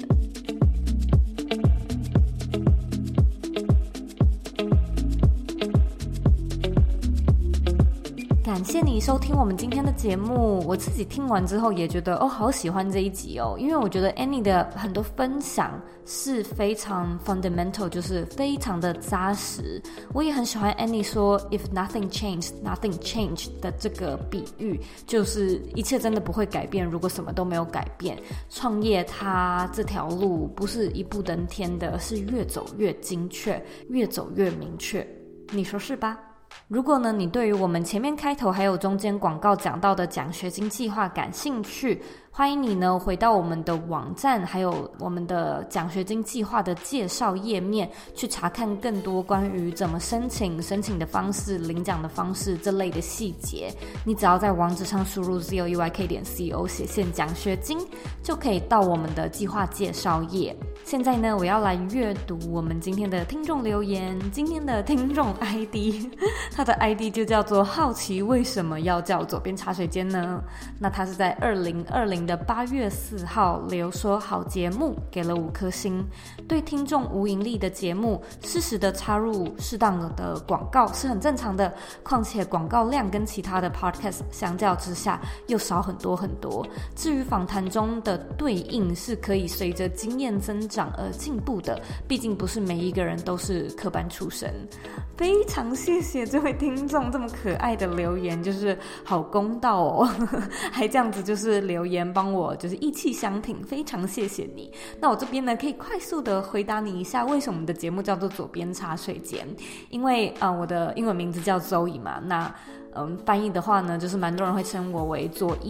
感谢你收听我们今天的节目，我自己听完之后也觉得哦，好喜欢这一集哦，因为我觉得 Annie 的很多分享是非常 fundamental， 就是非常的扎实。我也很喜欢 Annie 说 if nothing changed, nothing changed 的这个比喻，就是一切真的不会改变，如果什么都没有改变。创业它这条路不是一步登天的，是越走越精确，越走越明确，你说是吧？如果呢，你对于我们前面开头还有中间广告讲到的奖学金计划感兴趣，欢迎你呢回到我们的网站，还有我们的奖学金计划的介绍页面，去查看更多关于怎么申请、申请的方式、领奖的方式这类的细节。你只要在网址上输入 z o e y k 点 co 斜线奖学金，就可以到我们的计划介绍页。现在呢，我要来阅读我们今天的听众留言。今天的听众 I D 他的 I D 就叫做好奇为什么要叫左边茶水间呢？那他是在二零二零的八月四号留说好节目，给了五颗星。对听众无盈利的节目，适时的插入适当的广告是很正常的，况且广告量跟其他的 podcast 相较之下又少很多很多。至于访谈中的对应是可以随着经验增长而进步的，毕竟不是每一个人都是科班出身。非常谢谢这位听众这么可爱的留言，就是好公道哦，还这样子就是留言帮我就是意气相挺，非常谢谢你。那我这边呢可以快速的回答你一下，为什么我们的节目叫做左边茶水间？因为呃我的英文名字叫 Zoe 嘛，那嗯，翻译的话呢，就是蛮多人会称我为佐伊。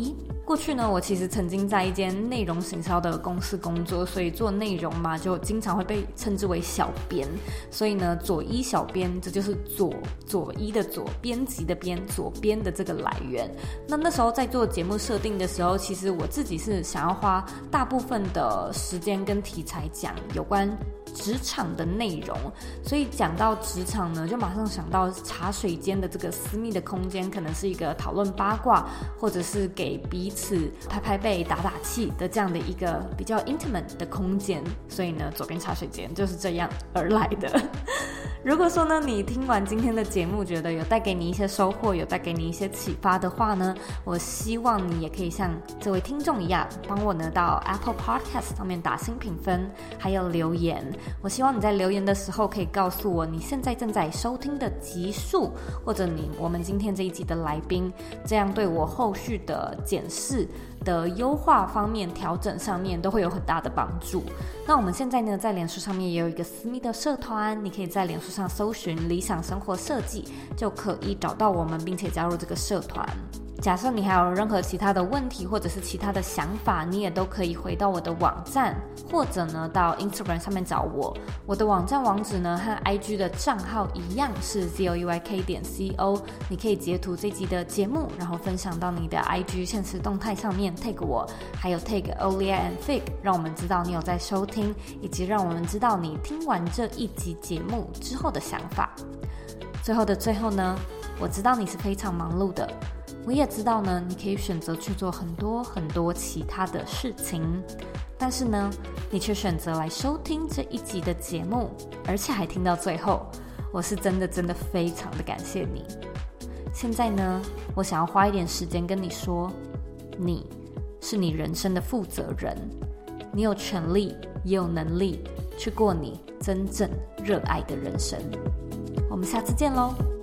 过去呢，我其实曾经在一间内容行销的公司工作，所以做内容嘛，就经常会被称之为小编。所以呢，左一小编，这就是左左一的左，编辑的编，左编的这个来源。那那时候在做节目设定的时候，其实我自己是想要花大部分的时间跟题材讲有关职场的内容，所以讲到职场呢，就马上想到茶水间的这个私密的空间，可能是一个讨论八卦，或者是给彼此拍拍背、打打气的这样的一个比较 intimate 的空间。所以呢，左边茶水间就是这样而来的。如果说呢，你听完今天的节目，觉得有带给你一些收获，有带给你一些启发的话呢，我希望你也可以像这位听众一样，帮我呢到 Apple Podcast 上面打星评分，还有留言。我希望你在留言的时候可以告诉我你现在正在收听的集数，或者你我们今天这一集的来宾，这样对我后续的检视的优化方面、调整上面都会有很大的帮助。那我们现在呢，在脸书上面也有一个私密的社团，你可以在脸书上搜寻理想生活设计，就可以找到我们，并且加入这个社团。假设你还有任何其他的问题或者是其他的想法，你也都可以回到我的网站，或者呢到 Instagram 上面找我。我的网站网址呢和 I G 的账号一样是 zoyk 点 co， 你可以截图这集的节目，然后分享到你的 I G 限时动态上面 tag 我，还有 tag Olia and Fig， 让我们知道你有在收听，以及让我们知道你听完这一集节目之后的想法。最后的最后呢，我知道你是非常忙碌的，我也知道呢，你可以选择去做很多很多其他的事情，但是呢，你却选择来收听这一集的节目，而且还听到最后，我是真的真的非常的感谢你。现在呢，我想要花一点时间跟你说，你是你人生的负责人，你有权利也有能力去过你真正热爱的人生。我们下次见咯。